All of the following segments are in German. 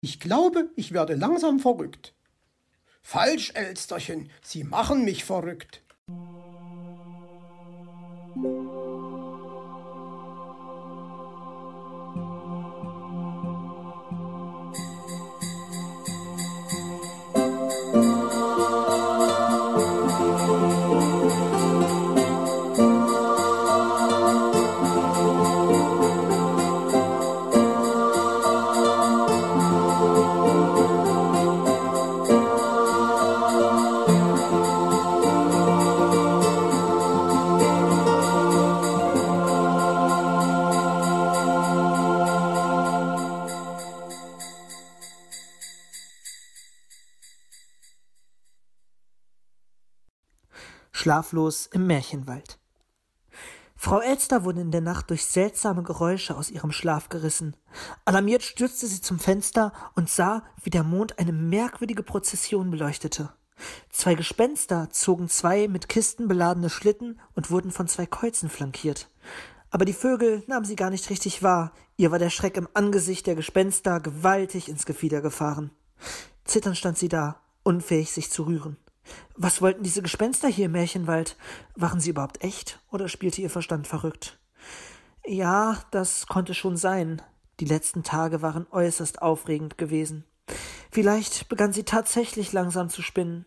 Ich glaube, ich werde langsam verrückt. Falsch, Elsterchen, Sie machen mich verrückt. Schlaflos im Märchenwald. Frau Elster wurde in der Nacht durch seltsame Geräusche aus ihrem Schlaf gerissen. Alarmiert stürzte sie zum Fenster und sah, wie der Mond eine merkwürdige Prozession beleuchtete. 2 Gespenster zogen 2 mit Kisten beladene Schlitten und wurden von 2 Käuzen flankiert. Aber die Vögel nahmen sie gar nicht richtig wahr. Ihr war der Schreck im Angesicht der Gespenster gewaltig ins Gefieder gefahren. Zitternd stand sie da, unfähig sich zu rühren. Was wollten diese Gespenster hier im Märchenwald? Waren sie überhaupt echt oder spielte ihr Verstand verrückt? Ja, das konnte schon sein. Die letzten Tage waren äußerst aufregend gewesen. Vielleicht begann sie tatsächlich langsam zu spinnen.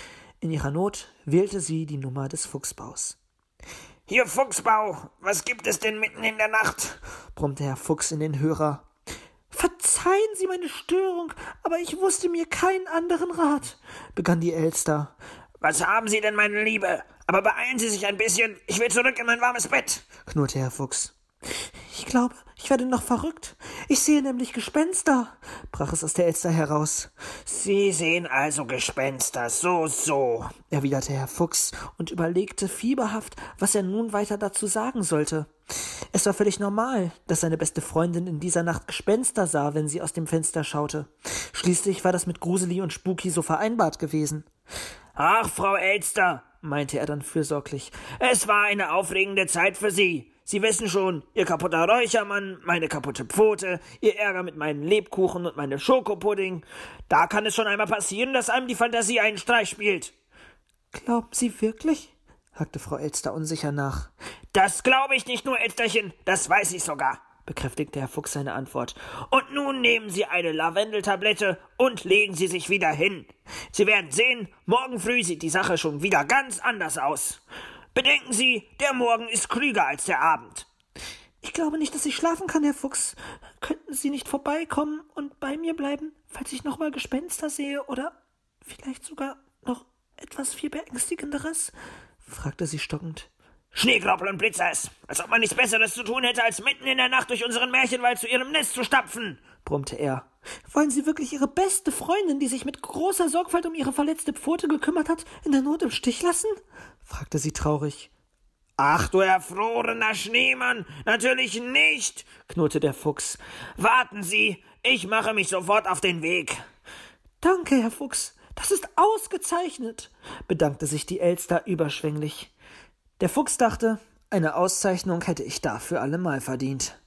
In ihrer Not wählte sie die Nummer des Fuchsbaus. »Hier, Fuchsbau, was gibt es denn mitten in der Nacht?« brummte Herr Fuchs in den Hörer. »Verzeihen Sie meine Störung, aber ich wusste mir keinen anderen Rat«, begann die Elster. »Was haben Sie denn, meine Liebe? Aber beeilen Sie sich ein bisschen, ich will zurück in mein warmes Bett«, knurrte Herr Fuchs. »Ich glaube, ich werde noch verrückt. Ich sehe nämlich Gespenster«, brach es aus der Elster heraus. »Sie sehen also Gespenster, so«, erwiderte Herr Fuchs und überlegte fieberhaft, was er nun weiter dazu sagen sollte. Es war völlig normal, dass seine beste Freundin in dieser Nacht Gespenster sah, wenn sie aus dem Fenster schaute. Schließlich war das mit Gruseli und Spooky so vereinbart gewesen. »Ach, Frau Elster«, meinte er dann fürsorglich, »es war eine aufregende Zeit für Sie. Sie wissen schon, Ihr kaputter Räuchermann, meine kaputte Pfote, Ihr Ärger mit meinen Lebkuchen und meinem Schokopudding. Da kann es schon einmal passieren, dass einem die Fantasie einen Streich spielt.« »Glauben Sie wirklich?«, hakte Frau Elster unsicher nach. »Das glaube ich nicht nur, Elsterchen, das weiß ich sogar«, bekräftigte Herr Fuchs seine Antwort. »Und nun nehmen Sie eine Lavendeltablette und legen Sie sich wieder hin. Sie werden sehen, morgen früh sieht die Sache schon wieder ganz anders aus. Bedenken Sie, der Morgen ist klüger als der Abend.« »Ich glaube nicht, dass ich schlafen kann, Herr Fuchs. Könnten Sie nicht vorbeikommen und bei mir bleiben, falls ich nochmal Gespenster sehe oder vielleicht sogar noch etwas viel Beängstigenderes?« fragte sie stockend. »Schneeglaubbel und Blitzers, als ob man nichts Besseres zu tun hätte, als mitten in der Nacht durch unseren Märchenwald zu Ihrem Nest zu stapfen«, brummte er. »Wollen Sie wirklich Ihre beste Freundin, die sich mit großer Sorgfalt um ihre verletzte Pfote gekümmert hat, in der Not im Stich lassen?« fragte sie traurig. »Ach, du erfrorener Schneemann, natürlich nicht«, knurrte der Fuchs. »Warten Sie, ich mache mich sofort auf den Weg.« »Danke, Herr Fuchs, das ist ausgezeichnet«, bedankte sich die Elster überschwänglich. Der Fuchs dachte, eine Auszeichnung hätte ich dafür allemal verdient.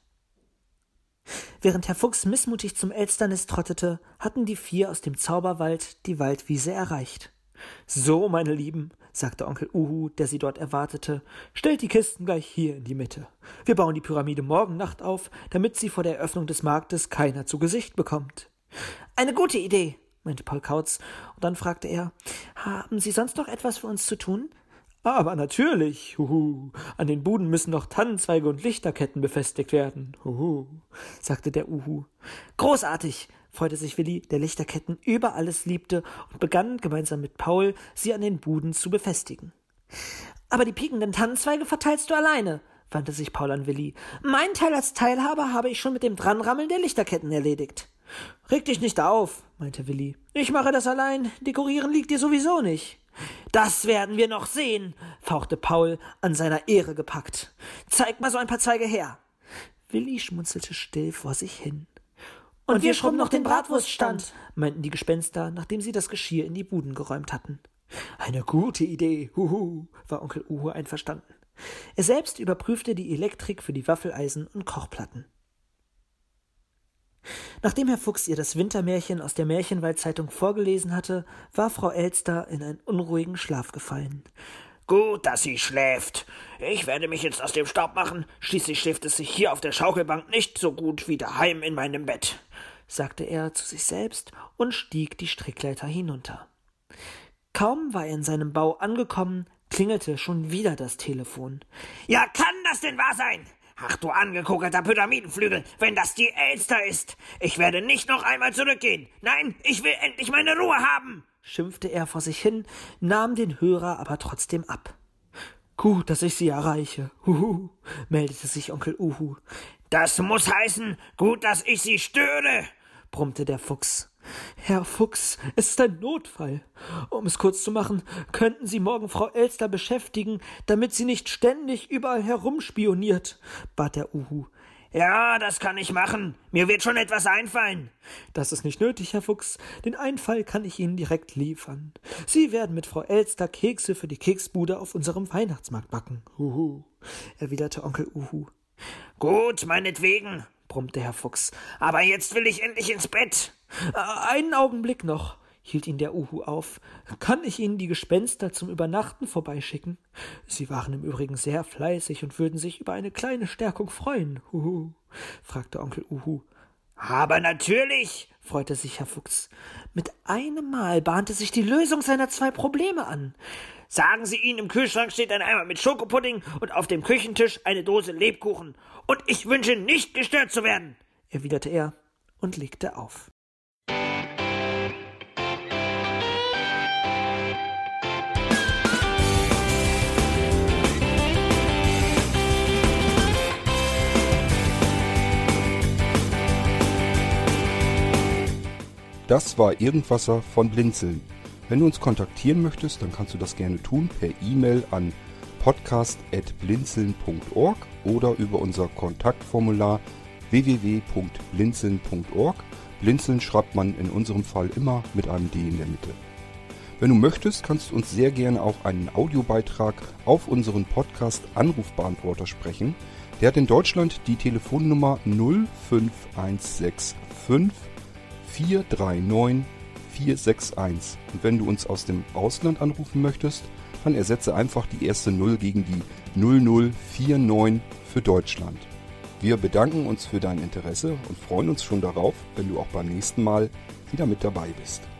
Während Herr Fuchs missmutig zum Elsternest trottete, hatten die 4 aus dem Zauberwald die Waldwiese erreicht. »So, meine Lieben«, sagte Onkel Uhu, der sie dort erwartete, »stellt die Kisten gleich hier in die Mitte. Wir bauen die Pyramide morgen Nacht auf, damit sie vor der Eröffnung des Marktes keiner zu Gesicht bekommt.« »Eine gute Idee«, meinte Paul Kauz, und dann fragte er, »Haben Sie sonst noch etwas für uns zu tun?« »Aber natürlich, an den Buden müssen noch Tannenzweige und Lichterketten befestigt werden, sagte der Uhu. »Großartig«, freute sich Willi, der Lichterketten über alles liebte, und begann gemeinsam mit Paul, sie an den Buden zu befestigen. »Aber die piekenden Tannenzweige verteilst du alleine«, wandte sich Paul an Willi. »Meinen Teil als Teilhaber habe ich schon mit dem Dranrammeln der Lichterketten erledigt.« »Reg dich nicht auf«, meinte Willi. »Ich mache das allein, dekorieren liegt dir sowieso nicht.« »Das werden wir noch sehen«, fauchte Paul, an seiner Ehre gepackt. »Zeig mal so ein paar Zweige her.« Willi schmunzelte still vor sich hin. »Und wir schrubben noch den Bratwurststand«, meinten die Gespenster, nachdem sie das Geschirr in die Buden geräumt hatten. »Eine gute Idee, war Onkel Uhu einverstanden. Er selbst überprüfte die Elektrik für die Waffeleisen und Kochplatten. Nachdem Herr Fuchs ihr das Wintermärchen aus der Märchenwaldzeitung vorgelesen hatte, war Frau Elster in einen unruhigen Schlaf gefallen. Gut, dass sie schläft. Ich werde mich jetzt aus dem Staub machen. Schließlich schläft es sich hier auf der Schaukelbank nicht so gut wie daheim in meinem Bett, sagte er zu sich selbst und stieg die Strickleiter hinunter. Kaum war er in seinem Bau angekommen, klingelte schon wieder das Telefon. Ja, kann das denn wahr sein? Ach, du angekokelter Pyramidenflügel, wenn das die Elster ist. Ich werde nicht noch einmal zurückgehen. Nein, ich will endlich meine Ruhe haben, schimpfte er vor sich hin, nahm den Hörer aber trotzdem ab. Gut, dass ich Sie erreiche. Huhu, meldete sich Onkel Uhu. Das muss heißen, gut, dass ich Sie störe, brummte der Fuchs. Herr Fuchs, es ist ein Notfall. Um es kurz zu machen, könnten Sie morgen Frau Elster beschäftigen, damit sie nicht ständig überall herumspioniert, bat der Uhu. Ja, das kann ich machen. Mir wird schon etwas einfallen. Das ist nicht nötig, Herr Fuchs. Den Einfall kann ich Ihnen direkt liefern. Sie werden mit Frau Elster Kekse für die Keksbude auf unserem Weihnachtsmarkt backen. Huhu, erwiderte Onkel Uhu. Gut, meinetwegen, brummte Herr Fuchs. Aber jetzt will ich endlich ins Bett. Einen Augenblick noch, hielt ihn der Uhu auf. Kann ich Ihnen die Gespenster zum Übernachten vorbeischicken? Sie waren im Übrigen sehr fleißig und würden sich über eine kleine Stärkung freuen. Huhu, fragte Onkel Uhu. Aber natürlich, freute sich Herr Fuchs. Mit einem Mal bahnte sich die Lösung seiner 2 Probleme an. Sagen Sie ihnen, im Kühlschrank steht ein Eimer mit Schokopudding und auf dem Küchentisch eine Dose Lebkuchen. Und ich wünsche nicht gestört zu werden, erwiderte er und legte auf. Das war Irgendwasser von Blinzeln. Wenn du uns kontaktieren möchtest, dann kannst du das gerne tun per E-Mail an podcast@blinzeln.org oder über unser Kontaktformular www.blinzeln.org. Blinzeln schreibt man in unserem Fall immer mit einem D in der Mitte. Wenn du möchtest, kannst du uns sehr gerne auch einen Audiobeitrag auf unseren Podcast-Anrufbeantworter sprechen. Der hat in Deutschland die Telefonnummer 05165 439 461. Und wenn du uns aus dem Ausland anrufen möchtest, dann ersetze einfach die erste 0 gegen die 0049 für Deutschland. Wir bedanken uns für dein Interesse und freuen uns schon darauf, wenn du auch beim nächsten Mal wieder mit dabei bist.